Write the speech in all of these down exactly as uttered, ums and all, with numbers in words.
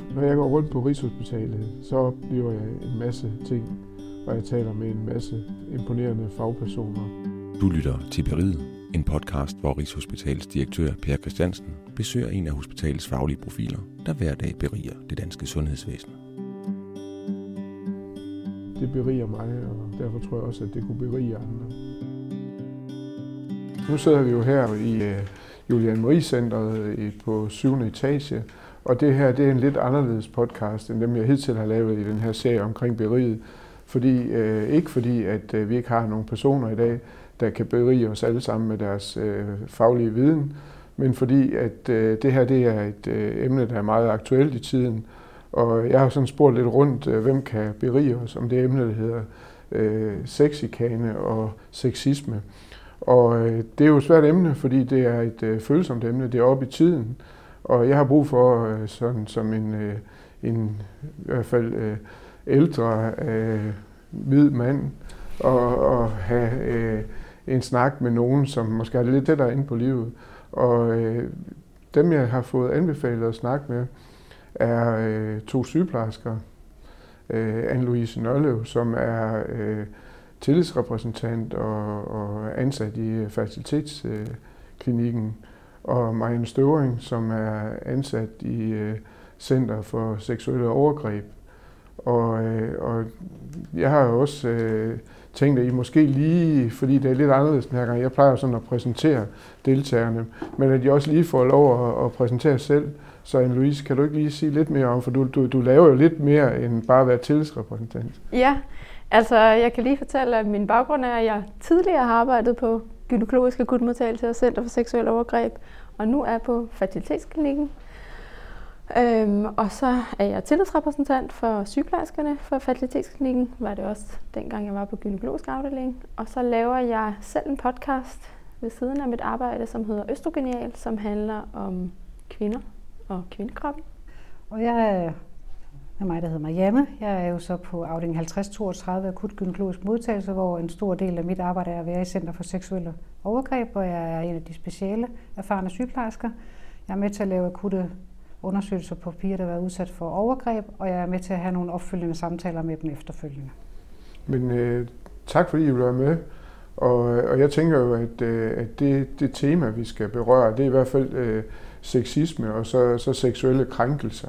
Når jeg går rundt på Rigshospitalet, så oplever jeg en masse ting, og jeg taler med en masse imponerende fagpersoner. Du lytter til Beriget, en podcast, hvor Rigshospitalets direktør Per Christiansen besøger en af hospitalets faglige profiler, der hver dag beriger det danske sundhedsvæsen. Det beriger mig, og derfor tror jeg også, at det kunne berige andre. Nu sidder vi jo her i Julian Marie Centret på syvende etage, og det her det er en lidt anderledes podcast, end dem jeg hidtil har lavet i den her serie omkring beriget. Fordi, øh, ikke fordi, at øh, vi ikke har nogen personer i dag, der kan berige os alle sammen med deres øh, faglige viden, men fordi, at øh, det her det er et øh, emne, der er meget aktuelt i tiden. Og jeg har sådan spurgt lidt rundt, øh, hvem kan berige os om det emne, der hedder øh, sexchikane og sexisme. Og øh, det er jo et svært emne, fordi det er et øh, følsomt emne, det er oppe i tiden. Og jeg har brug for, øh, sådan som en, øh, en i hvert fald øh, ældre øh, hvid mand, og, og have øh, en snak med nogen, som måske er lidt tættere inde på livet. Og øh, dem, jeg har fået anbefalet at snakke med, er øh, to sygeplejersker. Øh, Anne-Louise Nørlev, som er øh, tillidsrepræsentant og, og ansat i fertilitetsklinikken, øh, og Marianne Støvring, som er ansat i øh, Center for Seksuelle Overgreb. Og, øh, og jeg har jo også øh, tænkt, at I måske lige, fordi det er lidt anderledes den her gang, jeg plejer sådan at præsentere deltagerne, men at I også lige får lov at, at præsentere selv. Så Anne-Louise, kan du ikke lige sige lidt mere om, for du, du, du laver jo lidt mere end bare at være tillidsrepræsentant. Ja, altså jeg kan lige fortælle, at min baggrund er, at jeg tidligere har arbejdet på gynækologisk akutmodtagelse og Center for Seksuelle Overgreb, og nu er på fertilitetsklinikken. Øhm, og så er jeg tillidsrepræsentant for sygeplejerskerne for fertilitetsklinikken, var det også dengang jeg var på gynækologisk afdeling. Og så laver jeg selv en podcast ved siden af mit arbejde, som hedder Østrogenial, som handler om kvinder og kvindekroppen. Og jeg er mig, der hedder Marianne. Jeg er jo så på afdeling halvtreds toogtredive akut gynækologisk modtagelse, hvor en stor del af mit arbejde er at være i Center for Seksuelle Overgreb, og jeg er en af de speciale erfarne sygeplejersker. Jeg er med til at lave akutte undersøgelser på piger, der har været udsat for overgreb, og jeg er med til at have nogle opfølgende samtaler med dem efterfølgende. Men øh, tak fordi I vil være med, og, og jeg tænker jo, at, øh, at det, det tema, vi skal berøre, det er i hvert fald øh, sexisme og så, så seksuelle krænkelser.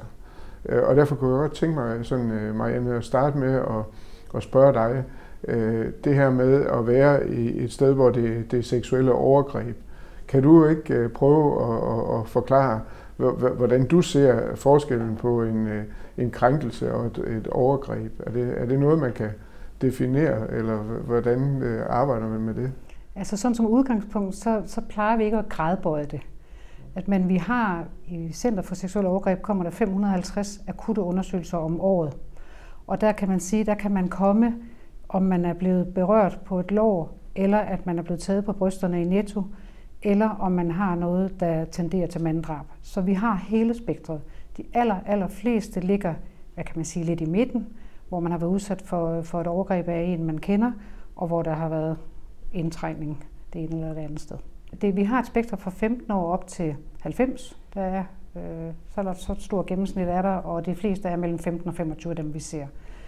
Og derfor kunne jeg godt tænke mig, sådan, Marianne, at starte med at, at spørge dig, øh, det her med at være i et sted, hvor det, det er seksuelle overgreb. Kan du ikke prøve at, at forklare, hvordan du ser forskellen på en, en krænkelse og et, et overgreb? Er det, er det noget, man kan definere, eller hvordan arbejder man med det? Altså sådan som udgangspunkt, så, så plejer vi ikke at gradbøje det. At, men vi har i Center for Seksuelle Overgreb kommer der fem hundrede og halvtreds akutte undersøgelser om året. Og der kan man sige, der kan man komme, om man er blevet berørt på et lår, eller at man er blevet taget på brysterne i Netto, eller om man har noget, der tenderer til manddrab. Så vi har hele spektret. De aller, aller fleste ligger, hvad kan man sige, lidt i midten, hvor man har været udsat for, for et overgreb af en, man kender, og hvor der har været indtrængning det ene eller det andet sted. Det, vi har et spektrum fra femten år op til halvfems, der er, øh, så er der så et stort gennemsnit er der, og de fleste er mellem femten og femogtyve af dem, vi ser.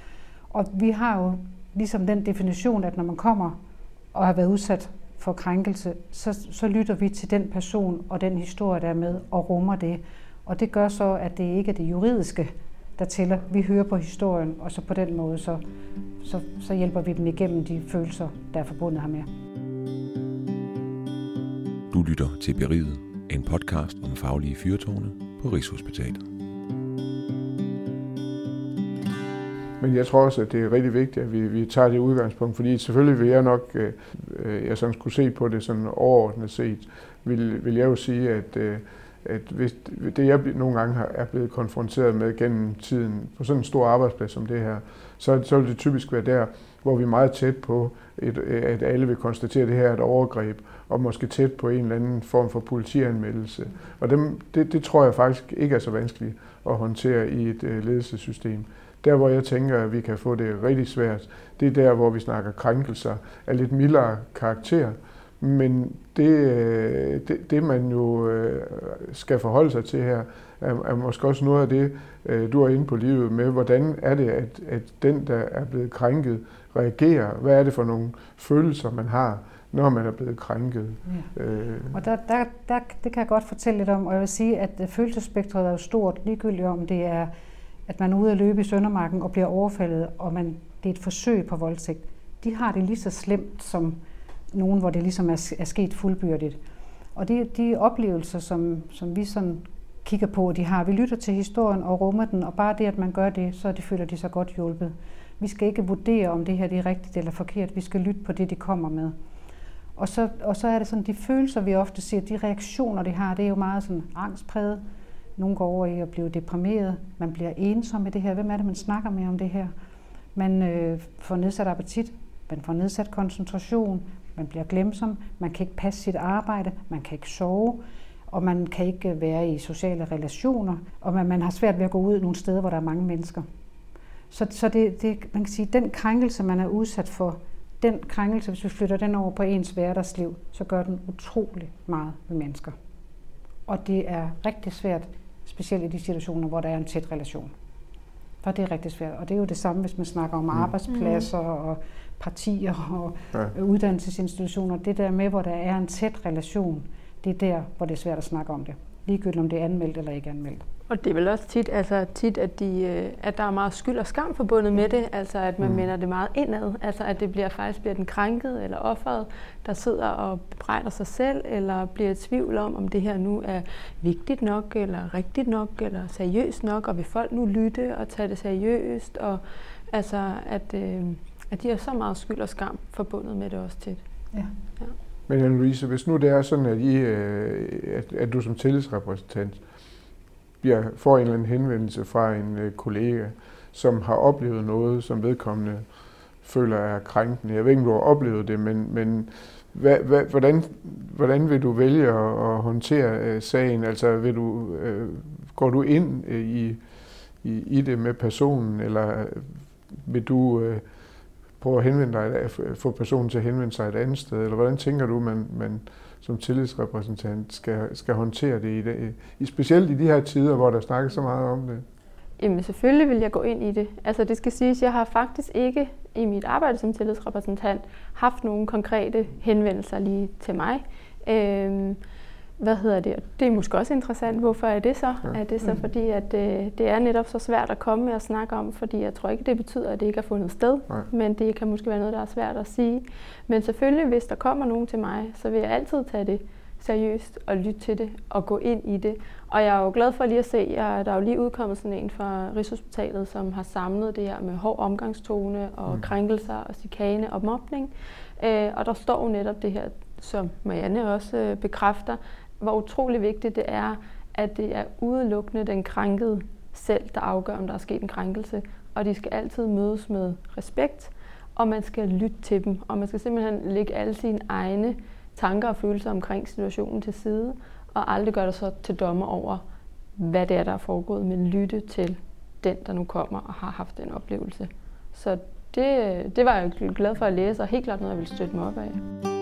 Og vi har jo ligesom den definition, at når man kommer og har været udsat for krænkelse, så, så lytter vi til den person og den historie, der er med, og rummer det. Og det gør så, at det ikke er det juridiske, der tæller. Vi hører på historien, og så på den måde, så, så, så hjælper vi dem igennem de følelser, der er forbundet hermed. Du lytter til Beriget, en podcast om faglige fyrtårne på Rigshospitalet. Men jeg tror også, at det er rigtig vigtigt, at vi, vi tager det udgangspunkt, fordi selvfølgelig vil jeg nok, øh, jeg sådan skulle se på det sådan overordnet set, vil, vil jeg jo sige, at, øh, at hvis det jeg nogle gange har, er blevet konfronteret med gennem tiden på sådan en stor arbejdsplads som det her, så, så vil det typisk være der, hvor vi er meget tæt på, et, at alle vil konstatere, at det her er et overgreb, og måske tæt på en eller anden form for politianmeldelse. Og dem, det, det tror jeg faktisk ikke er så vanskeligt at håndtere i et uh, ledelsessystem. Der, hvor jeg tænker, at vi kan få det rigtig svært, det er der, hvor vi snakker krænkelser af lidt mildere karakter, Men det, det, det man jo skal forholde sig til her, er, er måske også noget af det, du er inde på livet med. Hvordan er det, at, at den, der er blevet krænket, reagerer? Hvad er det for nogle følelser, man har, når man er blevet krænket? Ja. Øh. Og der, der, der, det kan jeg godt fortælle lidt om, og jeg vil sige, at følelsesspektret er jo stort, ligegyldigt om det er, at man er ude at løbe i Søndermarken og bliver overfaldet, og man, det er et forsøg på voldtægt. De har det lige så slemt som nogen, hvor det ligesom er, er sket fuldbyrdigt. Og de, de oplevelser, som, som vi sådan kigger på, de har, vi lytter til historien og rummer den, og bare det, at man gør det, så de føler de sig godt hjulpet. Vi skal ikke vurdere, om det her det er rigtigt eller forkert. Vi skal lytte på det, de kommer med. Og så, og så er det sådan, de følelser, vi ofte ser, de reaktioner, de har, det er jo meget sådan angstpræget. Nogle går over i at blive deprimeret. Man bliver ensom med det her. Hvem er det, man snakker med om det her? Man øh, får nedsat appetit. Man får nedsat koncentration. Man bliver glemsom. Man kan ikke passe sit arbejde. Man kan ikke sove. Og man kan ikke være i sociale relationer. Og man, man har svært ved at gå ud nogle steder, hvor der er mange mennesker. Så, så det, det, man kan sige, den krænkelse, man er udsat for, den krænkelse, hvis vi flytter den over på ens hverdagsliv, så gør den utrolig meget ved mennesker. Og det er rigtig svært, specielt i de situationer, hvor der er en tæt relation. For det er rigtig svært. Og det er jo det samme, hvis man snakker om arbejdspladser og partier og ja. uddannelsesinstitutioner. Det der med, hvor der er en tæt relation, det er der, hvor det er svært at snakke om det. Ligegyldigt om det er anmeldt eller ikke anmeldt. Og det er vel også tit, altså tit at, de, at der er meget skyld og skam forbundet med det, altså at man mm. mener det meget indad, altså at det bliver faktisk bliver den krænkede eller offeret, der sidder og bebrejder sig selv, eller bliver i tvivl om, om det her nu er vigtigt nok, eller rigtigt nok, eller seriøst nok, og vil folk nu lytte og tage det seriøst, og altså at, øh, at de har så meget skyld og skam forbundet med det også tit. Ja. Ja. Men Anne-Louise, hvis nu det er sådan, at, I, at, at du som tillidsrepræsentant bliver, får en eller anden henvendelse fra en øh, kollega, som har oplevet noget, som vedkommende føler er krænkende. Jeg ved ikke, om du har oplevet det, men, men hvad, hvad, hvordan, hvordan vil du vælge at, at håndtere øh, sagen? Altså, vil du, øh, går du ind øh, i, i, i det med personen, eller vil du øh, prøve at henvende dig, få personen til at henvende sig et andet sted? Eller hvordan tænker du, man, man som tillidsrepræsentant skal, skal håndtere det i det, i, specielt i de her tider, hvor der snakkes så meget om det? Jamen selvfølgelig vil jeg gå ind i det. Altså det skal siges, jeg har faktisk ikke i mit arbejde som tillidsrepræsentant haft nogle konkrete henvendelser lige til mig. Øhm, hvad hedder det? Det er måske også interessant. Hvorfor er det så? Ja. Er det så fordi, at øh, det er netop så svært at komme med at snakke om, fordi jeg tror ikke, det betyder, at det ikke har fundet sted. Nej. Men det kan måske være noget, der er svært at sige. Men selvfølgelig, hvis der kommer nogen til mig, så vil jeg altid tage det seriøst og lytte til det og gå ind i det. Og jeg er jo glad for lige at se, at der er jo lige udkommet sådan en fra Rigshospitalet, som har samlet det her med hård omgangstone og mm. krænkelser og chikane og mobning. Øh, og der står jo netop det her, som Marianne også øh, bekræfter, hvor utrolig vigtigt det er, at det er udelukkende den krænkede selv, der afgør, om der er sket en krænkelse. Og de skal altid mødes med respekt, og man skal lytte til dem. Og man skal simpelthen lægge alle sine egne tanker og følelser omkring situationen til side, og aldrig gøre dig så til dommer over, hvad det er, der er foregået, men lytte til den, der nu kommer og har haft den oplevelse. Så det, det var jeg glad for at læse, og helt klart noget, jeg ville støtte mig op af.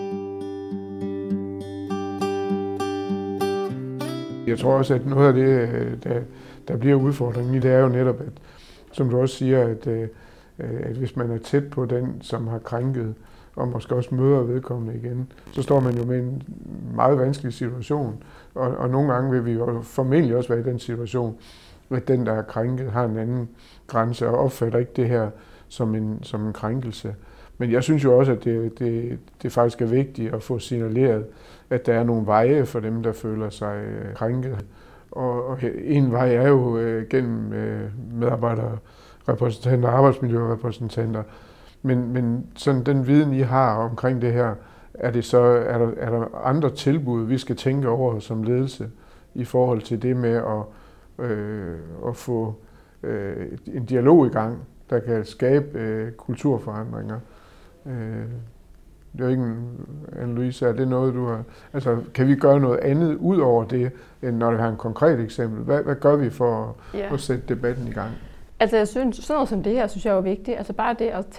Jeg tror også, at noget af det, der, der bliver udfordringen i, det er jo netop, at, som du også siger, at, at hvis man er tæt på den, som har krænket, og måske også møder vedkommende igen, så står man jo med en meget vanskelig situation. Og, og nogle gange vil vi jo formentlig også være i den situation, at den, der er krænket, har en anden grænse og opfatter ikke det her som en, som en krænkelse. Men jeg synes jo også, at det, det, det faktisk er vigtigt at få signaleret, at der er nogle veje for dem, der føler sig krænket. Og, og en vej er jo øh, gennem øh, medarbejderrepræsentanter, arbejdsmiljørepræsentanter. Men, men sådan den viden, I har omkring det her, er, det så, er, der, er der andre tilbud, vi skal tænke over som ledelse i forhold til det med at, øh, at få øh, en dialog i gang, der kan skabe øh, kulturforandringer. Øh, det er jo ikke, Anne-Louise, er det noget, du har... Altså, kan vi gøre noget andet ud over det, end når vi har en konkret eksempel? Hvad, hvad gør vi for at, ja. at sætte debatten i gang? Altså jeg synes, sådan noget som det her, synes jeg er vigtigt. Altså bare det at tage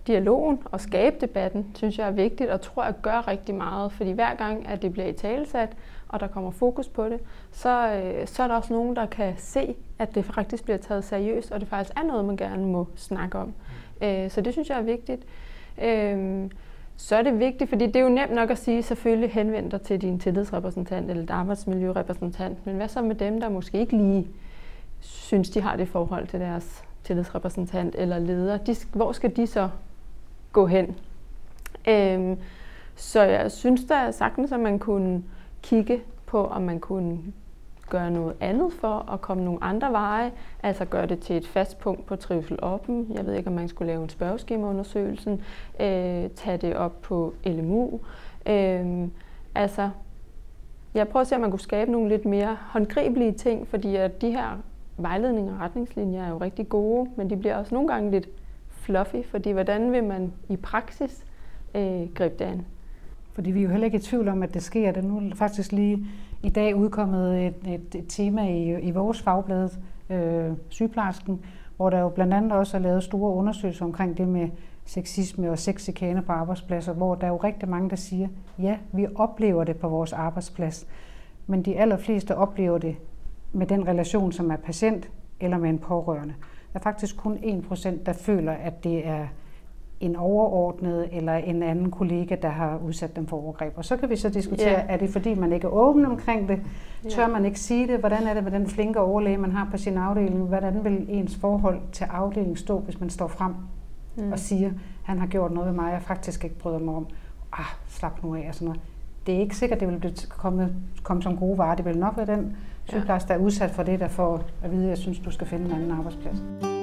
dialogen og skabe debatten, synes jeg er vigtigt, og tror jeg gør rigtig meget. Fordi hver gang, at det bliver italesat, og der kommer fokus på det, så, øh, så er der også nogen, der kan se, at det faktisk bliver taget seriøst, og det faktisk er noget, man gerne må snakke om. Øh, så det synes jeg er vigtigt. Øh, så er det vigtigt, fordi det er jo nemt nok at sige, selvfølgelig henvend dig til din tillidsrepræsentant eller dit arbejdsmiljørepræsentant, men hvad så med dem, der måske ikke lige synes, de har det forhold til deres tillidsrepræsentant eller leder? De, hvor skal de så gå hen? Øhm, så jeg synes da sagtens, at man kunne kigge på, om man kunne gøre noget andet for at komme nogle andre veje, altså gøre det til et fast punkt på Trivsel Open. Jeg ved ikke, om man skulle lave en spørgeskemaundersøgelse, øh, tage det op på L M U. Øh, altså, jeg prøver at se, om man kunne skabe nogle lidt mere håndgribelige ting, fordi at de her vejledninger og retningslinjer er jo rigtig gode, men de bliver også nogle gange lidt fluffy, fordi hvordan vil man i praksis øh, gribe det an? Fordi vi er jo heller ikke i tvivl om, at det sker. Det er nu faktisk lige i dag udkommet et, et, et tema i, i vores fagblad, øh, Sygeplejersken, hvor der jo blandt andet også er lavet store undersøgelser omkring det med sexisme og sexchikane på arbejdspladser, hvor der er jo rigtig mange, der siger, ja, vi oplever det på vores arbejdsplads, men de allerfleste oplever det med den relation, som er patient eller med en pårørende. Der er faktisk kun en procent, der føler, at det er en overordnet eller en anden kollega, der har udsat dem for overgreb. Og så kan vi så diskutere, yeah. er det fordi, man ikke er åben omkring det? Tør man ikke sige det? Hvordan er det med den flinke overlæge, man har på sin afdeling? Hvordan vil ens forhold til afdelingen stå, hvis man står frem mm. og siger, han har gjort noget ved mig, jeg faktisk ikke bryder mig om? Ah, slap nu af og sådan noget. Det er ikke sikkert, det vil blive komme, komme som gode varer. Det vil nok være den sygeplejerske, der er udsat for det, der får at vide, at jeg synes, du skal finde en anden arbejdsplads.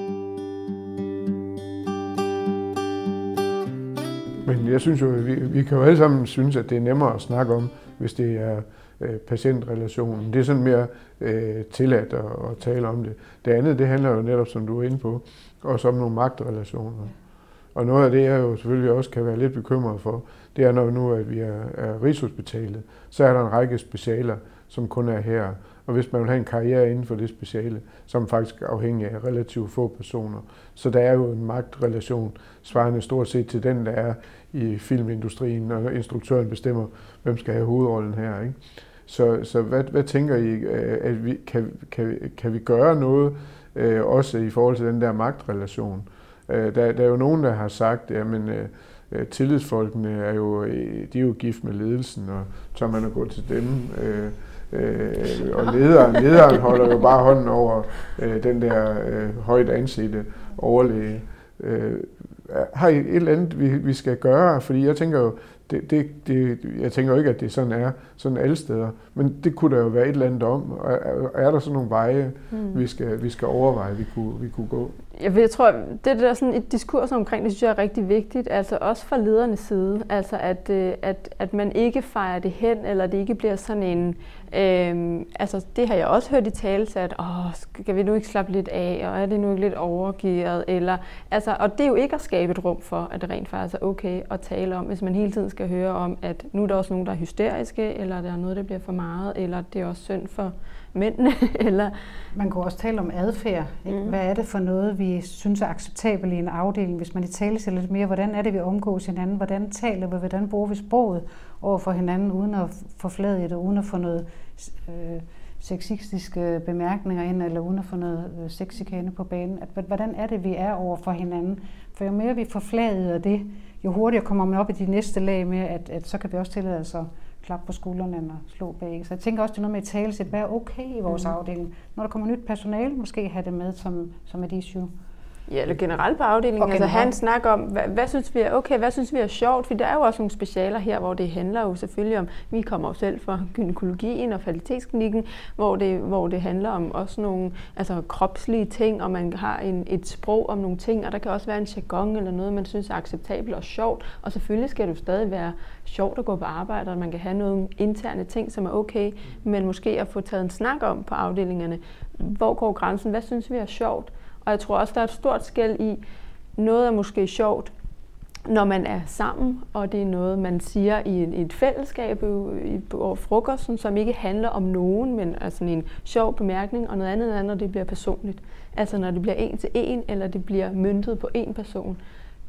Men jeg synes jo, vi, vi kan jo alle sammen synes, at det er nemmere at snakke om, hvis det er øh, patientrelationen. Det er sådan mere øh, tilladt at, at tale om det. Det andet, det handler jo netop, som du er inde på, også om nogle magtrelationer. Og noget af det, jeg jo selvfølgelig også kan være lidt bekymret for, det er, når nu at vi er, er Rigshospitalet, så er der en række specialer, som kun er her. Og hvis man vil have en karriere inden for det speciale, så er man faktisk afhængig af relativt få personer. Så der er jo en magtrelation, svarende stort set til den, der er i filmindustrien, og instruktøren bestemmer, hvem skal have hovedrollen her. Ikke? Så, så hvad, hvad tænker I, at vi, kan, kan, kan vi gøre noget, øh, også i forhold til den der magtrelation? Øh, der, der er jo nogen, der har sagt, at øh, tillidsfolkene er jo, de er jo gift med ledelsen, og så man at gå til dem. Øh, Øh, og lederen, lederen holder jo bare hånden over øh, den der øh, højt ansete overlæge. Øh, har I et eller andet, vi, vi skal gøre? Fordi jeg tænker jo, det, det, det, jeg tænker jo ikke, at det sådan er sådan alle steder, men det kunne der jo være et eller andet om. Og er, er der sådan nogle veje, mm. vi, skal, vi skal overveje, vi kunne, vi kunne gå? Jeg tror, det der sådan et diskurs omkring, det synes jeg er rigtig vigtigt, altså også fra ledernes side, altså at, at, at man ikke fejrer det hen, eller det ikke bliver sådan en, øhm, altså det har jeg også hørt i talesat, åh, skal vi nu ikke slappe lidt af, og er det nu ikke lidt overgearet, eller, altså, og det er jo ikke at skabe et rum for, at det rent faktisk er okay at tale om, hvis man hele tiden skal høre om, at nu er der også nogen, der er hysteriske, eller der er noget, der bliver for meget, eller det er også synd for mændene, eller... Man kan også tale om adfærd. Ikke? Mm. Hvad er det for noget, vi synes er acceptabelt i en afdeling? Hvis man i tale ser lidt mere, hvordan er det, vi omgås hinanden? Hvordan taler vi? Hvordan bruger vi sproget over for hinanden, uden at forflade det, uden at få noget øh, sexistiske bemærkninger ind, eller uden at få noget øh, sexchikane på banen? At, hvordan er det, vi er over for hinanden? For jo mere vi forfladiger det, jo hurtigere kommer man op i de næste lag med, at, at så kan vi også tillade os at klappe på skuldrene og slå bag. Så jeg tænker også, det er noget med at tale sig, hvad er okay i vores mm. afdeling. Når der kommer nyt personale, måske have det med som, som et issue. Ja, eller generelt på afdelingen. Altså have en snak om, hvad, hvad synes vi er okay, hvad synes vi er sjovt, for der er jo også nogle specialer her, hvor det handler jo selvfølgelig om, vi kommer jo selv fra gynekologien og fertilitetsklinikken, hvor det, hvor det handler om også nogle altså kropslige ting, og man har en, et sprog om nogle ting, og der kan også være en jargon eller noget, man synes er acceptabelt og sjovt, og selvfølgelig skal det jo stadig være sjovt at gå på arbejde, og man kan have nogle interne ting, som er okay, men måske at få taget en snak om på afdelingerne, hvor går grænsen, hvad synes vi er sjovt? Og jeg tror også, der er et stort skel i, noget er måske sjovt, når man er sammen, og det er noget, man siger i et, i et fællesskab over frokosten, som ikke handler om nogen, men er sådan en sjov bemærkning, og noget andet er, når det bliver personligt. Altså når det bliver en til en, eller det bliver møntet på en person.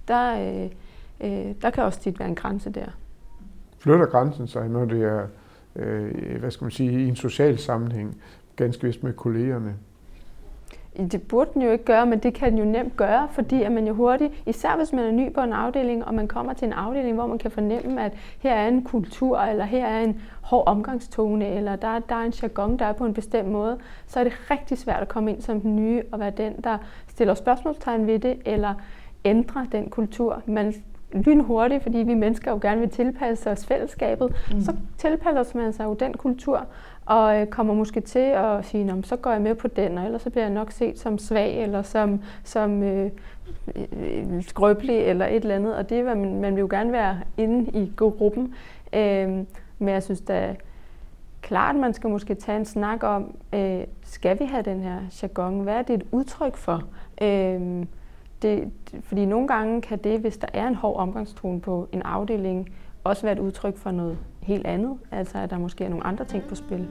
der, øh, øh, der kan også tit være en grænse der. Flytter grænsen sig, når det er, øh, hvad skal man sige, i en social sammenhæng, ganske vist med kollegerne? Det burde den jo ikke gøre, men det kan den jo nemt gøre, fordi at man jo hurtigt, især hvis man er ny på en afdeling, og man kommer til en afdeling, hvor man kan fornemme, at her er en kultur, eller her er en hård omgangstone, eller der, der er en jargon, der er på en bestemt måde, så er det rigtig svært at komme ind som den nye, og være den, der stiller spørgsmålstegn ved det, eller ændre den kultur. Man lynhurtigt, fordi vi mennesker jo gerne vil tilpasse os fællesskabet, mm. så tilpasser man sig jo den kultur, og kommer måske til at sige, så går jeg med på den, og ellers så bliver jeg nok set som svag, eller som, som øh, skrøbelig, eller et eller andet, og det vil man, man vil jo gerne være inde i gruppen. Øh, men jeg synes da klart, man skal måske tage en snak om, øh, skal vi have den her jargon? Hvad er det et udtryk for? Øh, det, fordi nogle gange kan det, hvis der er en hård omgangstone på en afdeling, også være et udtryk for noget helt andet, altså at der måske er nogle andre ting på spil.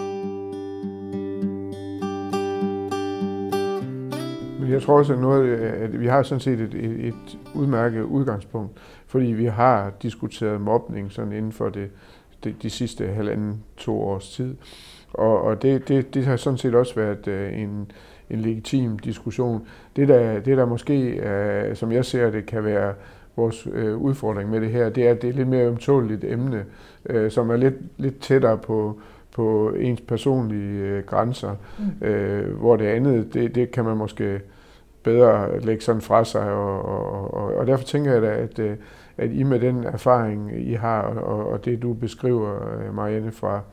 Men jeg tror også, at, noget, at vi har sådan set et, et, et udmærket udgangspunkt, fordi vi har diskuteret mobning sådan inden for det, de, de sidste halvanden, to års tid. Og, og det, det, det har sådan set også været en, en legitim diskussion. Det der, det der måske, som jeg ser det, kan være vores øh, udfordring med det her, det er, at det er lidt mere ømtåleligt emne, øh, som er lidt, lidt tættere på, på ens personlige øh, grænser, mm. øh, hvor det andet, det, det kan man måske bedre lægge sådan fra sig, og, og, og, og derfor tænker jeg da, at, at I med den erfaring, I har, og, og det du beskriver, Marianne, fra,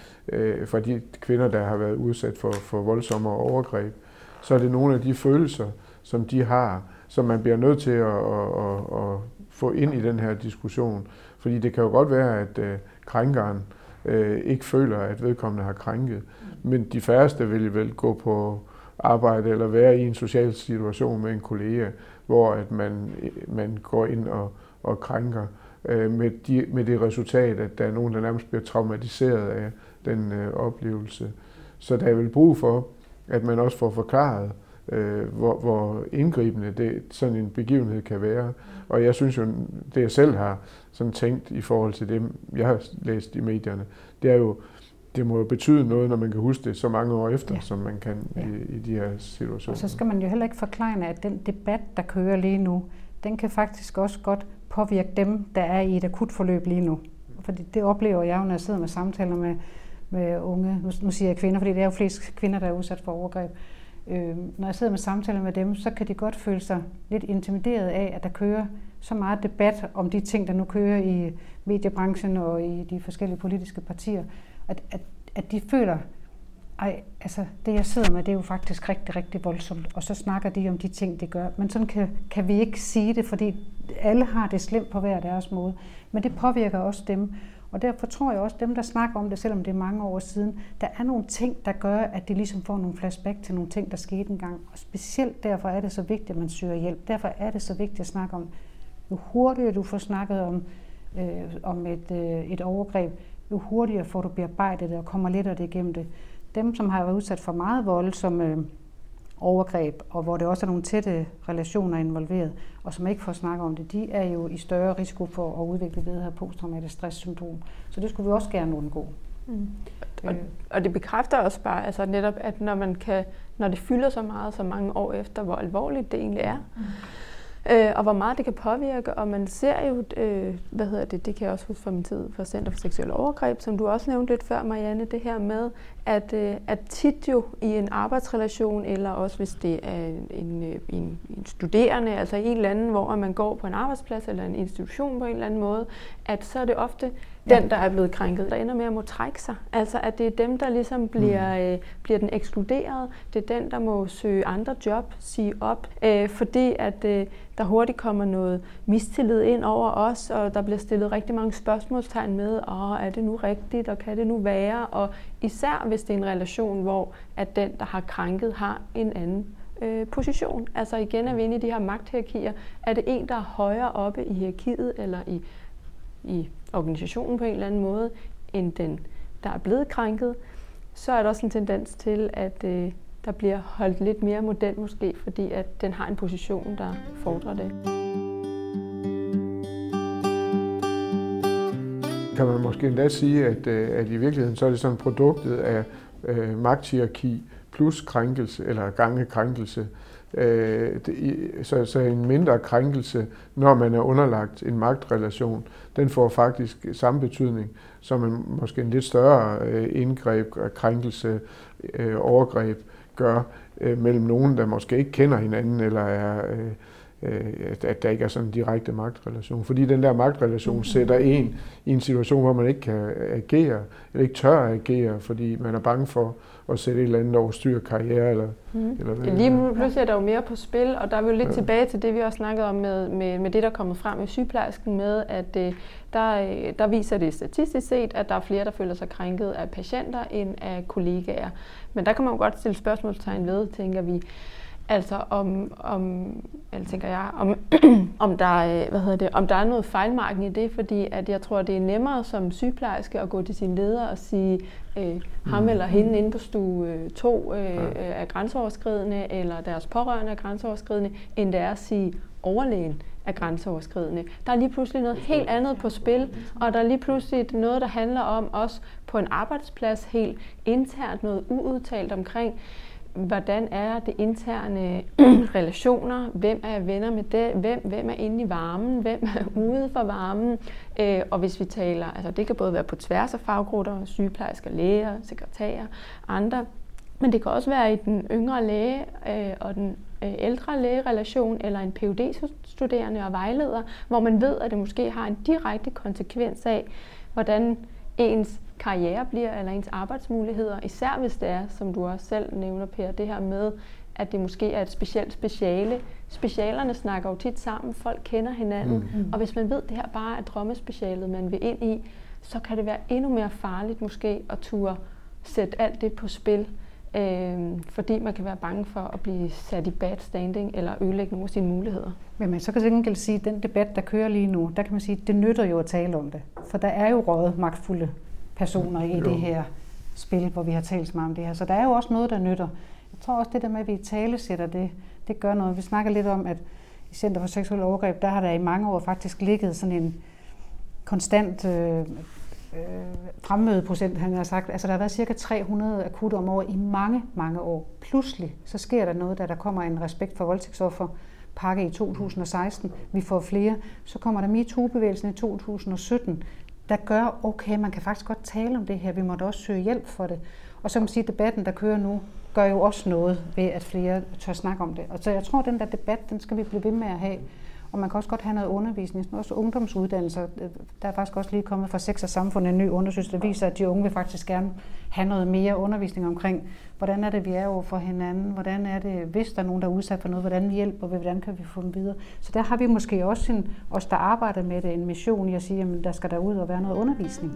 øh, fra de kvinder, der har været udsat for, for voldsomme overgreb, så er det nogle af de følelser, som de har, som man bliver nødt til at, at, at, at få ind i den her diskussion. Fordi det kan jo godt være, at uh, krænkeren uh, ikke føler, at vedkommende har krænket. Men de færreste vil vel gå på arbejde eller være i en social situation med en kollega, hvor at man, man går ind og, og krænker uh, med, de, med det resultat, at der er nogen, der nærmest bliver traumatiseret af den uh, oplevelse. Så der er vel brug for, at man også får forklaret, Øh, hvor, hvor indgribende det, sådan en begivenhed kan være. Og jeg synes jo, det jeg selv har sådan tænkt i forhold til det, jeg har læst i medierne, det er jo, det må jo betyde noget, når man kan huske det så mange år efter, ja. som man kan ja. i, i de her situationer. Og så skal man jo heller ikke forklare, at den debat, der kører lige nu, den kan faktisk også godt påvirke dem, der er i et akut forløb lige nu. Fordi det oplever jeg jo, når jeg sidder med samtaler med, med unge, nu, nu siger jeg kvinder, fordi det er jo flest kvinder, der er udsat for overgreb. Øh, når jeg sidder med samtaler med dem, så kan de godt føle sig lidt intimideret af, at der kører så meget debat om de ting, der nu kører i mediebranchen og i de forskellige politiske partier, at, at, at de føler, ej, altså det jeg sidder med, det er jo faktisk rigtig, rigtig voldsomt, og så snakker de om de ting, de gør. Men sådan kan, kan vi ikke sige det, fordi alle har det slemt på hver deres måde, men det påvirker også dem. Og derfor tror jeg også, at dem, der snakker om det, selvom det er mange år siden, der er nogle ting, der gør, at de ligesom får nogle flashback til nogle ting, der skete engang. Og specielt derfor er det så vigtigt, at man søger hjælp. Derfor er det så vigtigt at snakke om, jo hurtigere du får snakket om, øh, om et, øh, et overgreb, jo hurtigere får du bearbejdet det og kommer lettere igennem det. Dem, som har været udsat for meget vold, som øh, overgreb, og hvor det også er nogle tætte relationer involveret, og som ikke får snakket om det, de er jo i større risiko for at udvikle det her posttraumatisk stresssyndrom. Så det skulle vi også gerne undgå. Mm. Og, og det bekræfter også bare, altså netop, at når man kan, når det fylder så meget, så mange år efter, hvor alvorligt det egentlig er, mm. øh, og hvor meget det kan påvirke, og man ser jo, øh, hvad hedder det, det kan jeg også huske fra min tid for Center for Seksuelle Overgreb, som du også nævnte lidt før, Marianne, det her med, at, øh, at tit jo i en arbejdsrelation, eller også hvis det er en, en, en studerende, altså en eller anden, hvor man går på en arbejdsplads eller en institution på en eller anden måde, at så er det ofte den, der er blevet krænket, der ender med at må trække sig. Altså at det er dem, der ligesom bliver, øh, bliver den ekskluderet. Det er den, der må søge andre job, sige op, øh, fordi at øh, der hurtigt kommer noget mistillid ind over os, og der bliver stillet rigtig mange spørgsmålstegn med, åh, er det nu rigtigt, og kan det nu være? Og især hvis det er en relation, hvor at den, der har krænket, har en anden øh, position. Altså igen er vi inde i de her magthierarkier. Er det en, der er højere oppe i hierarkiet, eller i, i organisationen på en eller anden måde, end den, der er blevet krænket, så er der også en tendens til, at øh, der bliver holdt lidt mere model måske, fordi at den har en position, der fordrer det. kan man måske endda sige, at, at i virkeligheden så er det sådan produktet af øh, magthierarki plus krænkelse, eller gange krænkelse. Øh, det, så, så en mindre krænkelse, når man er underlagt en magtrelation, den får faktisk samme betydning som en, måske en lidt større øh, indgreb, krænkelse, øh, overgreb gør øh, mellem nogen, der måske ikke kender hinanden, eller er, øh, øh, at der ikke er sådan en direkte magtrelation. Fordi den der magtrelation sætter en i en situation, hvor man ikke kan agere, eller ikke tør at agere, fordi man er bange for at sætte et eller andet over styr karriere, eller, mm. eller hvad. Lige nu pludselig er der jo mere på spil, og der er vi jo lidt ja. tilbage til det, vi også snakkede om med, med, med det, der er kommet frem i sygeplejersken med, at øh, der, der viser det statistisk set, at der er flere, der føler sig krænket af patienter end af kollegaer. Men der kan man jo godt stille spørgsmålstegn ved, tænker vi. Altså om, om eller tænker jeg, om, om, der, hvad hedder det, om der er noget fejlmarken i det, fordi at jeg tror, det er nemmere som sygeplejerske at gå til sin leder og sige, øh, ham eller hende inde på stue to øh, er grænseoverskridende, eller deres pårørende er grænseoverskridende, end det er at sige, overlægen er grænseoverskridende. Der er lige pludselig noget helt andet på spil, og der er lige pludselig noget, der handler om også på en arbejdsplads helt internt, noget uudtalt omkring, hvordan er det interne relationer, hvem er venner med det, hvem, hvem er inde i varmen, hvem er ude for varmen, øh, og hvis vi taler, altså det kan både være på tværs af faggrupper, sygeplejersker, læger, sekretærer, andre, men det kan også være i den yngre læge øh, og den øh, ældre lægerelation, eller en P H D-studerende og vejleder, hvor man ved, at det måske har en direkte konsekvens af, hvordan ens karriere bliver, eller ens arbejdsmuligheder, især hvis det er, som du også selv nævner, Per, det her med, at det måske er et specielt speciale. Specialerne snakker jo tit sammen, folk kender hinanden, mm. og hvis man ved, at det her bare er drømmespecialet, man vil ind i, så kan det være endnu mere farligt måske at turde sætte alt det på spil, øh, fordi man kan være bange for at blive sat i bad standing, eller ødelægge nogle af sine muligheder. Men man så kan sikkert sige, at den debat, der kører lige nu, der kan man sige, at det nytter jo at tale om det, for der er jo røget magtfulde personer i jo. Det her spil, hvor vi har talt så meget om det her. Så der er jo også noget, der nytter. Jeg tror også, det der med, at vi talesætter det, det gør noget. Vi snakker lidt om, at i Center for Seksuelle Overgreb, der har der i mange år faktisk ligget sådan en konstant øh, øh, fremmødeprocent, han har sagt. Altså der har været cirka tre hundrede akutte om året i mange, mange år. Pludselig så sker der noget, da der kommer en respekt for voldtægtsoffer pakke i to tusind og seksten. Vi får flere. Så kommer der MeToo-bevægelsen i to tusind og sytten, der gør, okay, man kan faktisk godt tale om det her, vi må da også søge hjælp for det. Og så kan man sige, at debatten, der kører nu, gør jo også noget ved, at flere tør snakke om det. Og så jeg tror, at den der debat, den skal vi blive ved med at have. Og man kan også godt have noget undervisning, også ungdomsuddannelser. Der er faktisk også lige kommet fra Sex og Samfund en ny undersøgelse, der viser, at de unge vil faktisk gerne have noget mere undervisning omkring, hvordan er det, vi er over for hinanden, hvordan er det, hvis der er nogen, der er udsat for noget, hvordan vi hjælper, hvordan kan vi få dem videre. Så der har vi måske også, en, os der arbejder med det, en mission i at sige, at der skal der ud og være noget undervisning.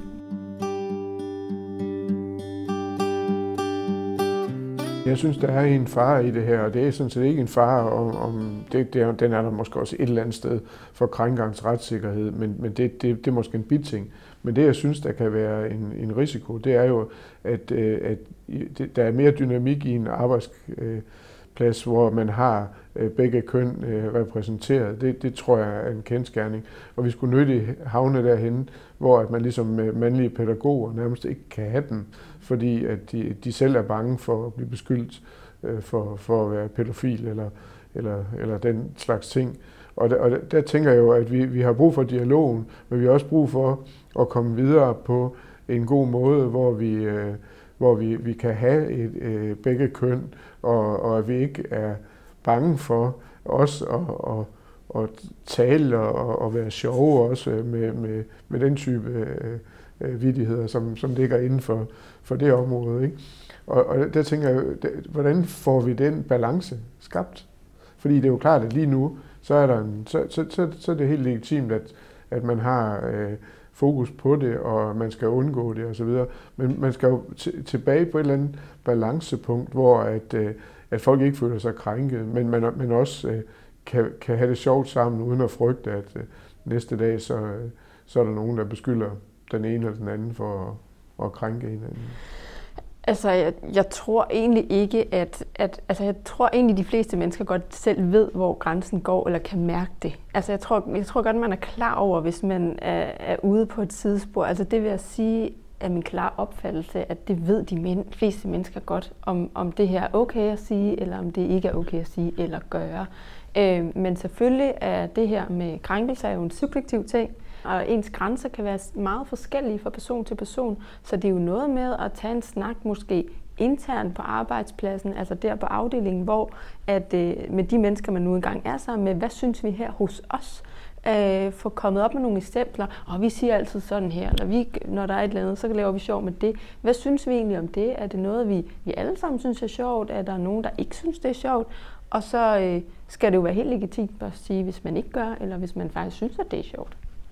Jeg synes, der er en fare i det her, og det er sådan set ikke en fare, om, om det, det er, den er der måske også et eller andet sted for krænkerens retssikkerhed, men, men det, det, det er måske en biting. Men det, jeg synes, der kan være en, en risiko, det er jo, at, at der er mere dynamik i en arbejdsplads, hvor man har begge køn repræsenteret. Det, det tror jeg er en kendsgerning. Og vi skulle nødig havne derhen, hvor at man ligesom mandlige pædagoger nærmest ikke kan have den, fordi at de, de selv er bange for at blive beskyldt for, for at være pædofil eller, eller, eller den slags ting. Og der, og der tænker jeg jo, at vi, vi har brug for dialogen, men vi har også brug for at komme videre på en god måde, hvor vi, øh, hvor vi, vi kan have et, øh, begge køn, og, og at vi ikke er bange for os at, at, at tale og, og være sjove også med, med, med den type øh, vittigheder, som, som ligger inden for, for det område. Ikke? Og, og der tænker jeg, hvordan får vi den balance skabt? Fordi det er jo klart, at lige nu, så er, der en, så, så, så, så er det helt legitimt, at, at man har øh, fokus på det, og man skal undgå det osv. Men man skal jo t- tilbage på et eller andet balancepunkt, hvor at, øh, at folk ikke føler sig krænket, men man, man også øh, kan, kan have det sjovt sammen, uden at frygte, at øh, næste dag, så, øh, så er der nogen, der beskylder den ene eller den anden for at, at krænke hinanden. Altså, jeg, jeg tror egentlig ikke, at, at... Altså, jeg tror egentlig, de fleste mennesker godt selv ved, hvor grænsen går, eller kan mærke det. Altså, jeg tror, jeg tror godt, man er klar over, hvis man er, er ude på et sidespor. Altså, det vil jeg sige, er min klare opfattelse, at det ved de men, fleste mennesker godt, om, om det her er okay at sige, eller om det ikke er okay at sige eller gøre. Øh, men selvfølgelig er det her med krænkelse jo en subjektiv ting, og ens grænser kan være meget forskellige fra person til person, så det er jo noget med at tage en snak måske internt på arbejdspladsen, altså der på afdelingen, hvor at, øh, med de mennesker, man nu engang er sammen med, hvad synes vi her hos os? Øh, få kommet op med nogle eksempler, og vi siger altid sådan her, eller vi, når der er et eller andet, så laver vi sjov med det. Hvad synes vi egentlig om det? Er det noget, vi, vi alle sammen synes er sjovt? Er der nogen, der ikke synes, det er sjovt? Og så øh, skal det jo være helt legitimt at sige, hvis man ikke gør, eller hvis man faktisk synes, at det er sjovt.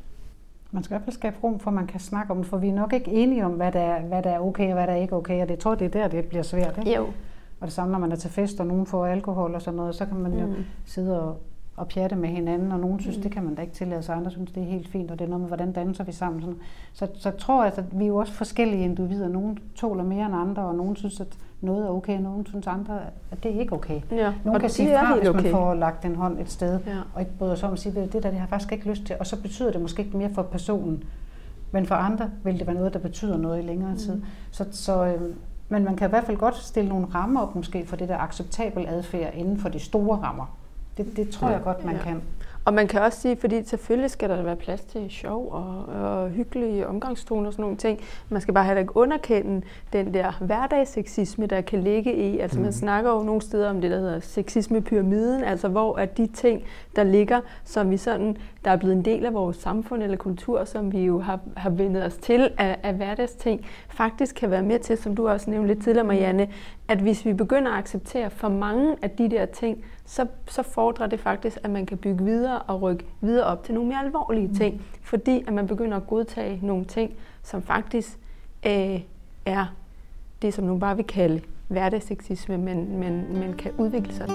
Man skal i hvert fald skabe rum, for man kan snakke om det, for vi er nok ikke enige om, hvad der er, hvad der er okay og hvad der er ikke okay, og det tror det er der, det bliver svært, ikke? Jo. Og det samme, når man er til fest, og nogen får alkohol og sådan noget, så kan man jo mm. sidde og, og pjatte med hinanden, og nogen synes, mm. det kan man da ikke tillade sig, andre synes, det er helt fint, og det er noget med, hvordan danser vi sammen. Sådan. Så, så jeg tror jeg, at vi er jo også forskellige individer. Nogen tåler mere end andre, og nogen synes, at noget er okay, og nogen synes andre, at det er ikke okay. Ja. Nogen kan sige fra, hvis man okay. får lagt en hånd et sted, ja. Og ikke bryder sig om at sige, det der, det har jeg faktisk ikke lyst til, og så betyder det måske ikke mere for personen, men for andre vil det være noget, der betyder noget i længere tid. Mm. Så, så, øh, men man kan i hvert fald godt stille nogle rammer op, måske for det der acceptabel adfærd inden for de store rammer. Det, det tror ja. jeg godt, man ja. kan. Og man kan også sige, fordi selvfølgelig skal der være plads til sjov og, og hyggelige omgangstoner og sådan nogle ting. Man skal bare heller ikke underkende den der hverdagsseksisme, der kan ligge i. Altså mm. man snakker jo nogle steder om det, der hedder sexismepyramiden, altså hvor at de ting, der ligger, som vi sådan, der er blevet en del af vores samfund eller kultur, som vi jo har, har vendet os til af, af hverdagsting, faktisk kan være med til, som du også nævnte lidt tidligere, Marianne, at hvis vi begynder at acceptere for mange af de der ting, så, så fordrer det faktisk, at man kan bygge videre og rykke videre op til nogle mere alvorlige ting. Mm. Fordi at man begynder at godtage nogle ting, som faktisk øh, er det, som nogen bare vil kalde hverdagsseksisme, men, men, men kan udvikle sig.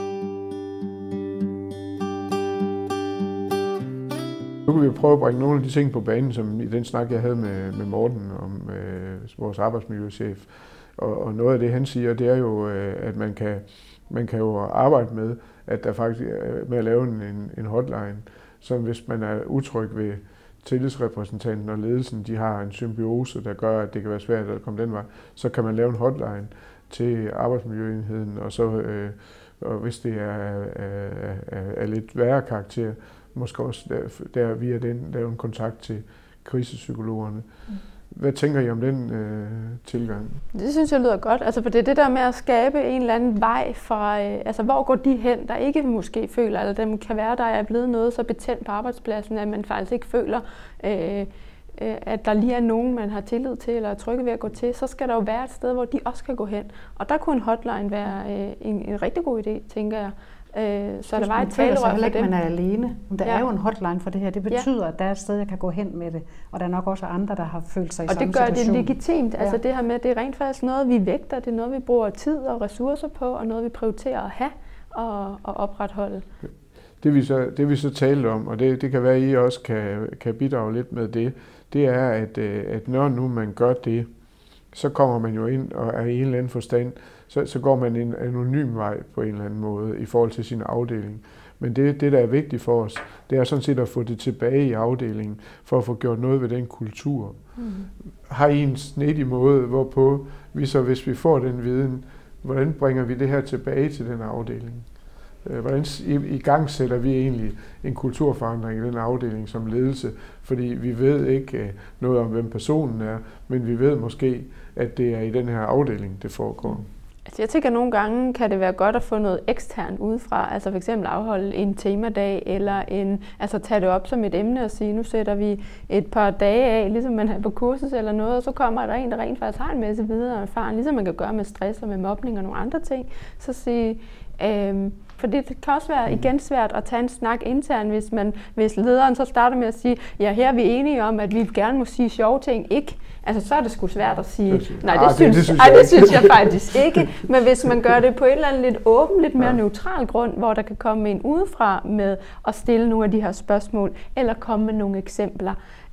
Nu kan vi prøve at bringe nogle af de ting på banen, som i den snak, jeg havde med, med Morten om øh, vores arbejdsmiljøchef. Og, og noget af det, han siger, det er jo, øh, at man kan, man kan jo arbejde med, at der faktisk er med at lave en, en hotline, så hvis man er utryg ved tillidsrepræsentanten og ledelsen, de har en symbiose, der gør, at det kan være svært at komme den vej, så kan man lave en hotline til arbejdsmiljøenheden, og så øh, og hvis det er af lidt værre karakter, måske også der, der via den lave en kontakt til krisepsykologerne. Mm. Hvad tænker I om den øh, tilgang? Det synes jeg lyder godt. Altså, for det er det der med at skabe en eller anden vej fra, øh, altså hvor går de hen, der ikke måske føler, eller dem kan være, der er blevet noget så betændt på arbejdspladsen, at man faktisk ikke føler, øh, øh, at der lige er nogen, man har tillid til, eller er trygge ved at gå til, så skal der jo være et sted, hvor de også kan gå hen. Og der kunne en hotline være øh, en, en rigtig god idé, tænker jeg. Øh, så der var et talerør for dem. Man er alene. Men der ja. er jo en hotline for det her. Det betyder, ja. at der er et sted, jeg kan gå hen med det. Og der er nok også andre, der har følt sig i og samme situation. Og det gør det legitimt. Ja. Altså det her med, det er rent faktisk noget, vi vægter. Det er noget, vi bruger tid og ressourcer på, og noget, vi prioriterer at have og, og opretholde. Det vi så, det vi så talte om, og det, det kan være, at I også kan, kan bidrage lidt med det, det er, at, at når nu man gør det, så kommer man jo ind og er i en eller anden forstand, så, så går man en anonym vej på en eller anden måde i forhold til sin afdeling. Men det, det, der er vigtigt for os, det er sådan set at få det tilbage i afdelingen, for at få gjort noget ved den kultur. Mm. Har I en snedig måde, hvorpå vi så, hvis vi får den viden, hvordan bringer vi det her tilbage til den afdeling? Hvordan i gang sætter vi egentlig en kulturforandring i den afdeling som ledelse? Fordi vi ved ikke noget om, hvem personen er, men vi ved måske, at det er i den her afdeling, det foregår. Altså jeg tænker, at nogle gange kan det være godt at få noget eksternt udefra, altså f.eks. afholde en temadag, eller en, altså tage det op som et emne og sige, nu sætter vi et par dage af, ligesom man har på kursus eller noget, og så kommer der en, der rent faktisk har en masse videre erfaring, ligesom man kan gøre med stress og med mobning og nogle andre ting, så sige, øhm, for det kan også være igen svært at tage en snak internt, hvis, man, hvis lederen så starter med at sige, ja, her er vi enige om, at vi gerne må sige sjove ting, ikke? Altså, så er det sgu svært at sige, nej, det, ah, synes, det, det, synes, ej, det synes jeg faktisk ikke. Men hvis man gør det på et eller andet lidt åben, lidt mere ja. neutral grund, hvor der kan komme en udefra med at stille nogle af de her spørgsmål, eller komme med nogle eksempler,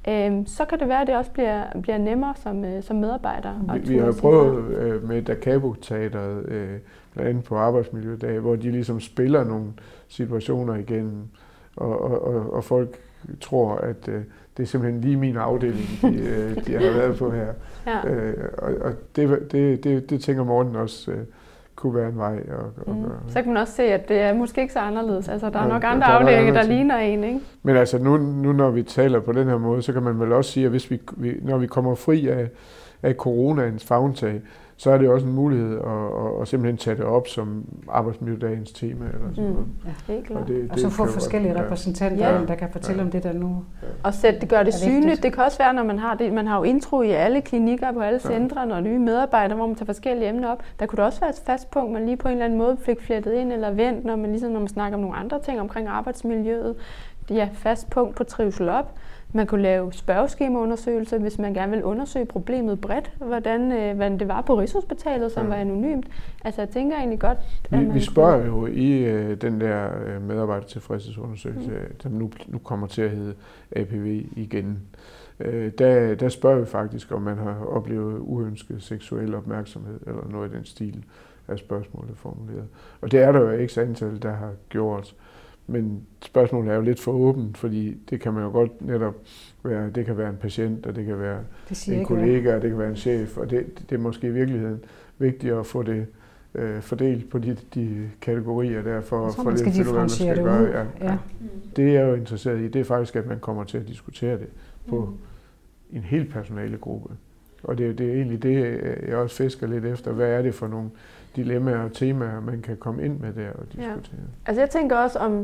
øh, så kan det være, at det også bliver, bliver nemmere som, øh, som medarbejder. Vi, vi har prøvet øh, med Dakabo-teateret, øh, blandt andet på arbejdsmiljødag, hvor de ligesom spiller nogle situationer igennem, og, og, og, og folk tror, at øh, det er simpelthen lige min afdeling, de, øh, de har været på her. Ja. Øh, og og det, det, det, det tænker Morten også øh, kunne være en vej. Og, mm. og, så kan man også se, at det er måske ikke så anderledes. Altså, der er ja, nok andre afdelinger, der ligner en, ikke? Men altså nu, nu, når vi taler på den her måde, så kan man vel også sige, at hvis vi, vi, når vi kommer fri af, af coronaens favntag, så er det også en mulighed at, at, at simpelthen tage det op som arbejdsmiljødagens tema. Eller sådan noget. Mm. Ja, helt klart. Og, det, det og så få forskellige være, repræsentanter, ja. der kan fortælle ja. om det der nu. Ja. Og sætte, det gør det synligt. Det kan også være, når man har det. Man har jo intro i alle klinikker, på alle centre, ja. og nye medarbejdere, hvor man tager forskellige emner op. Der kunne det også være et fast punkt, man lige på en eller anden måde fik flettet ind eller vendt, når man, ligesom, når man snakker om nogle andre ting omkring arbejdsmiljøet. Ja, fast punkt på trivsel op. Man kunne lave spørgeskemaundersøgelser, hvis man gerne vil undersøge problemet bredt, hvordan, øh, hvordan det var på Rigshospitalet, som ja. var anonymt. Altså jeg tænker egentlig godt, at vi, vi spørger kunne... jo i øh, den der øh, medarbejdertilfredshedsundersøgelse, mm. som nu, nu kommer til at hedde A P V igen. Øh, der, der spørger vi faktisk, om man har oplevet uønsket seksuel opmærksomhed, eller noget i den stil af spørgsmålet formuleret. Og det er der jo ikke så antal, der har gjort. Men spørgsmålet er jo lidt for åbent, fordi det kan man jo godt netop være, det kan være en patient, og det kan være det en kollega, og det kan være en chef, og det, det er måske i virkeligheden vigtigt at få det øh, fordelt på de, de kategorier der, for at få lidt til, hvad man skal gøre. Ja. Ja. Det jeg er jo interesseret i, det er faktisk, at man kommer til at diskutere det på mm. en hel personalegruppe. Og det, det er egentlig det, jeg også fisker lidt efter. Hvad er det for nogle dilemmaer og temaer, man kan komme ind med der og diskutere? Ja. Altså jeg tænker også om,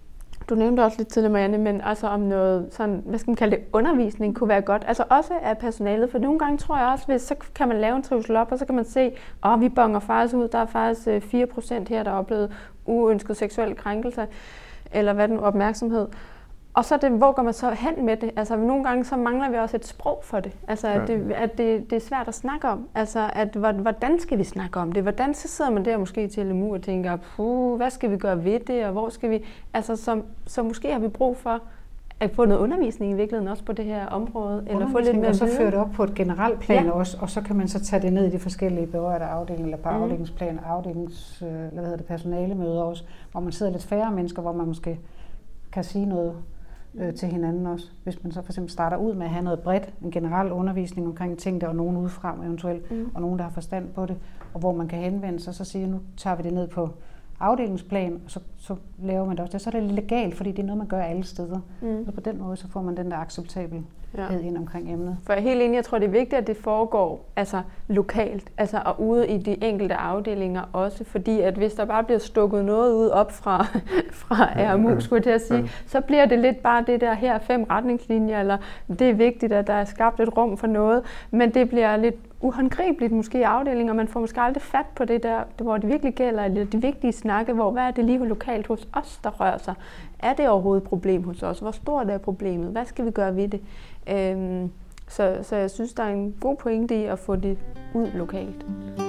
du nævnte også lidt tidligere, Marianne, men altså om noget sådan, hvad skal man kalde det, undervisning kunne være godt. Altså også af personalet, for nogle gange tror jeg også, hvis så kan man lave en trivsel op, og så kan man se, åh, vi bonger faktisk ud, der er faktisk fire procent her, der har oplevet uønsket seksuelle krænkelser, eller hvad den opmærksomhed. Og så det, hvor går man så hen med det? Altså nogle gange så mangler vi også et sprog for det. Altså at, det, at det, det er svært at snakke om. Altså at hvordan skal vi snakke om det? Hvordan så sidder man der måske til L M U og tænker, puh, hvad skal vi gøre ved det? Og hvor skal vi? Altså så, så måske har vi brug for at få noget undervisning i virkeligheden også på det her område. Eller få lidt mere og så føre det op på et generelt plan ja. også, og så kan man så tage det ned i de forskellige berørte afdelinger, eller på mm. afdelingsplan, afdelings, hvad hedder det, personalemøder også, hvor man sidder lidt færre mennesker, hvor man måske kan sige noget øh, til hinanden også. Hvis man så for eksempel starter ud med at have noget bredt, en generel undervisning omkring ting, der er nogen udefra eventuelt, mm. og nogen, der har forstand på det, og hvor man kan henvende sig, så siger nu tager vi det ned på afdelingsplan, og så, så laver man det også. Så er det legalt, fordi det er noget, man gør alle steder. Mm. Og på den måde, så får man den der acceptabelhed ja. ind omkring emnet. For jeg er helt enig, jeg tror, det er vigtigt, at det foregår altså, lokalt, altså, og ude i de enkelte afdelinger også, fordi at hvis der bare bliver stukket noget ud op fra, fra R M U, skulle jeg til at sige, ja. så bliver det lidt bare det der her fem retningslinjer, eller det er vigtigt, at der er skabt et rum for noget, men det bliver lidt uhåndgribeligt måske i afdelinger, man får måske aldrig fat på det der, hvor det virkelig gælder, eller de vigtige snakke, hvor hvad er det lige lokalt hos os, der rører sig? Er det overhovedet et problem hos os? Hvor stort er problemet? Hvad skal vi gøre ved det? Øhm, så, så jeg synes, der er en god pointe i at få det ud lokalt.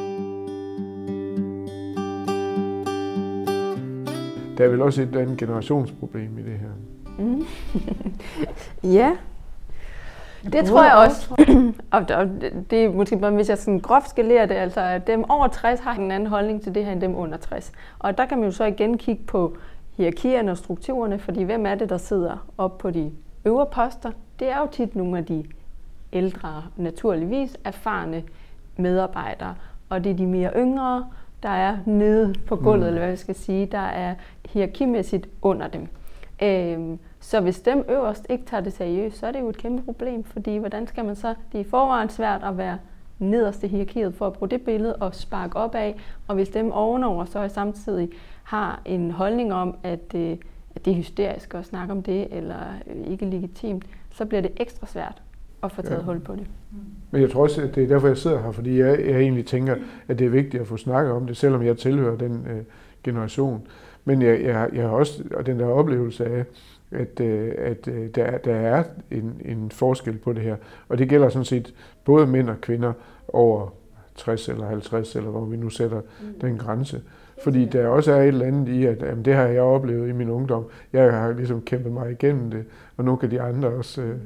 Der er vel også et andet generationsproblem i det her? Mm. ja. Det tror jeg også. Og det er måske bare, hvis jeg sådan groft skalerer det, altså at dem over tres har en anden holdning til det her end dem under tres. Og der kan man jo så igen kigge på hierarkierne og strukturerne, fordi hvem er det, der sidder oppe på de øvre poster? Det er jo tit nogle af de ældre, naturligvis erfarne medarbejdere, og det er de mere yngre, der er nede på gulvet, mm. eller hvad jeg skal sige, der er hierarkimæssigt under dem. Øhm, så hvis dem øverst ikke tager det seriøst, så er det jo et kæmpe problem, fordi hvordan skal man så, det er i forvejen svært at være nederst i hierarkiet for at bruge det billede og sparke op af, og hvis dem ovenover så samtidig har en holdning om, at, øh, at det er hysterisk at snakke om det, eller øh, ikke legitimt, så bliver det ekstra svært at få taget ja. hul på det. Men jeg tror også, at det er derfor, jeg sidder her, fordi jeg, jeg egentlig tænker, at det er vigtigt at få snakket om det, selvom jeg tilhører den øh, generation. Men jeg, jeg, jeg har også og den der oplevelse af, at, at der, der er en, en forskel på det her. Og det gælder sådan set både mænd og kvinder over tres eller halvtreds, eller hvor vi nu sætter mm. den grænse. Fordi der også er et eller andet i, at jamen, det har jeg oplevet i min ungdom. Jeg har ligesom kæmpet mig igennem det, og nu kan de andre også øh,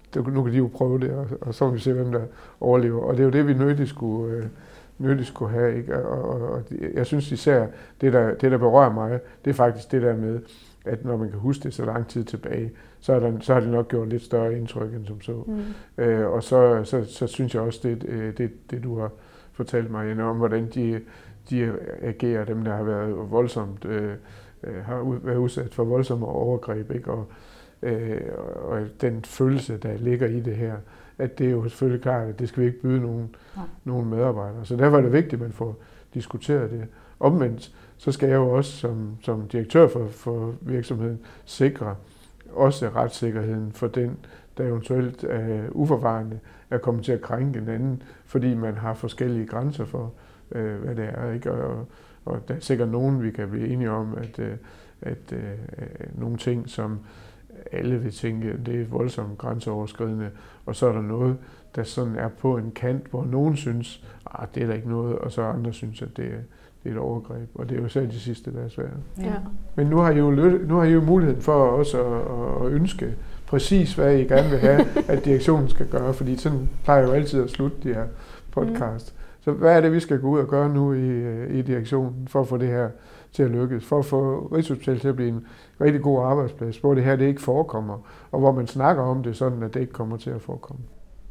nu kan de jo prøve det, og, og så må vi se, hvem der overlever. Og det er jo det, vi nødigt skulle, øh, nødigt skulle have. Ikke? Og, og, og jeg synes især, det der, det der berører mig, det er faktisk det der med, at når man kan huske det så lang tid tilbage, så, er der, så har det nok gjort lidt større indtryk end som så. Mm. Øh, og så, så, så synes jeg også, det, det, det du har fortalt mig, Janne, om hvordan de, de agerer, dem der har været voldsomt, øh, har været udsat for voldsomme overgreb, ikke? Og, øh, og den følelse, der ligger i det her, at det er jo selvfølgelig klart, at det skal vi ikke byde nogen, ja. nogen medarbejdere. Så derfor er det vigtigt, at man får diskuteret det. Omvendt, så skal jeg jo også som, som direktør for, for virksomheden sikre også retssikkerheden for den, der eventuelt er uforvarende, er kommet til at krænke en anden, fordi man har forskellige grænser for, øh, hvad det er. Ikke? Og, og der er sikkert nogen, vi kan blive enige om, at, øh, at øh, nogle ting, som alle vil tænke, det er voldsomt grænseoverskridende, og så er der noget, der sådan er på en kant, hvor nogen synes, at det er der ikke noget, og så andre synes, at det er, det er et overgreb. Og det er jo selv de sidste, der er svære. Ja. Men nu har I jo, nu har I jo muligheden for også at, at ønske præcis, hvad I gerne vil have, at direktionen skal gøre, fordi sådan plejer jo altid at slutte de her podcast. Mm. Så hvad er det, vi skal gå ud og gøre nu i, i direktionen, for at få det her til at lykkes, for at få Rigshospitalet til at blive en rigtig god arbejdsplads, hvor det her det ikke forekommer, og hvor man snakker om det sådan, at det ikke kommer til at forekomme.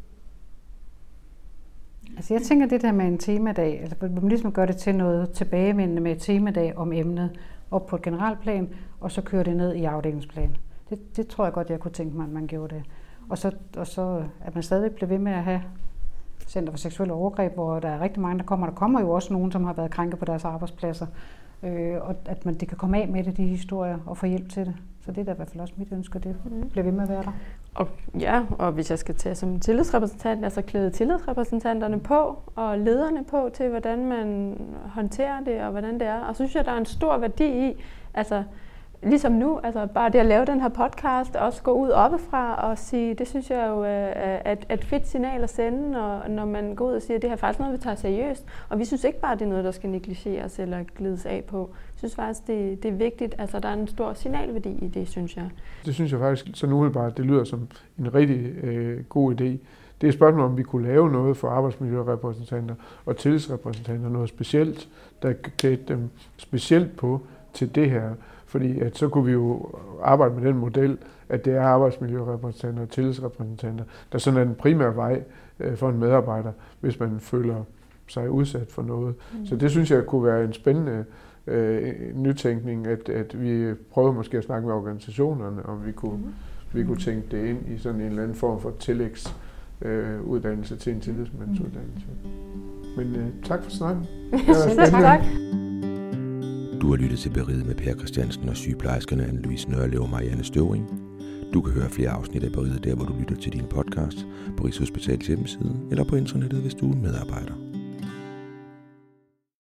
Altså jeg tænker det der med en temadag, altså hvor man ligesom gør det til noget tilbagevendende med et temadag om emnet op på et generalplan, og så kører det ned i afdelingsplan. Det, det tror jeg godt, jeg kunne tænke mig, at man gjorde det. Og så, og så at man stadig bliver ved med at have Center for Seksuelle Overgreb, hvor der er rigtig mange, der kommer. Der kommer jo også nogen, som har været krænket på deres arbejdspladser. Øh, og at man det kan komme af med det, de historier, og få hjælp til det. Så det er da i hvert fald også mit ønske, det mm. bliver ved med at være der. Og, ja, og hvis jeg skal tage som tillidsrepræsentant, altså klæde tillidsrepræsentanterne på, og lederne på til, hvordan man håndterer det, og hvordan det er. Og så synes jeg, der er en stor værdi i, altså ligesom nu, altså bare det at lave den her podcast, også gå ud oppefra og sige, det synes jeg jo er et fedt signal at sende, når, når man går ud og siger, at det her er faktisk noget, vi tager seriøst. Og vi synes ikke bare, at det er noget, der skal negligeres eller glides af på. Jeg synes faktisk, det, det er vigtigt. Altså, der er en stor signalværdi i det, synes jeg. Det synes jeg faktisk så umiddelbart, det lyder som en rigtig øh, god idé. Det er et spørgsmål, om vi kunne lave noget for arbejdsmiljørepræsentanter og tillidsrepræsentanter, noget specielt, der klædte dem specielt på til det her. Fordi at så kunne vi jo arbejde med den model, at det er arbejdsmiljørepræsentanter og tillidsrepræsentanter, der sådan er den primære vej øh, for en medarbejder, hvis man føler sig udsat for noget. Mm. Så det synes jeg kunne være en spændende øh, nytænkning, at, at vi prøver måske at snakke med organisationerne, om vi kunne, mm. vi kunne tænke det ind i sådan en eller anden form for tillægsuddannelse øh, til en tillidsmandsuddannelse. Men øh, tak for snakken. Tak. Du har lyttet til Beriget med Per Christiansen og sygeplejerskerne Anne-Louise Nørlev og Marianne Støvring. Du kan høre flere afsnit af Beriget der, hvor du lytter til din podcast, på Rigshospitalets hjemmeside eller på internettet, hvis du er medarbejder.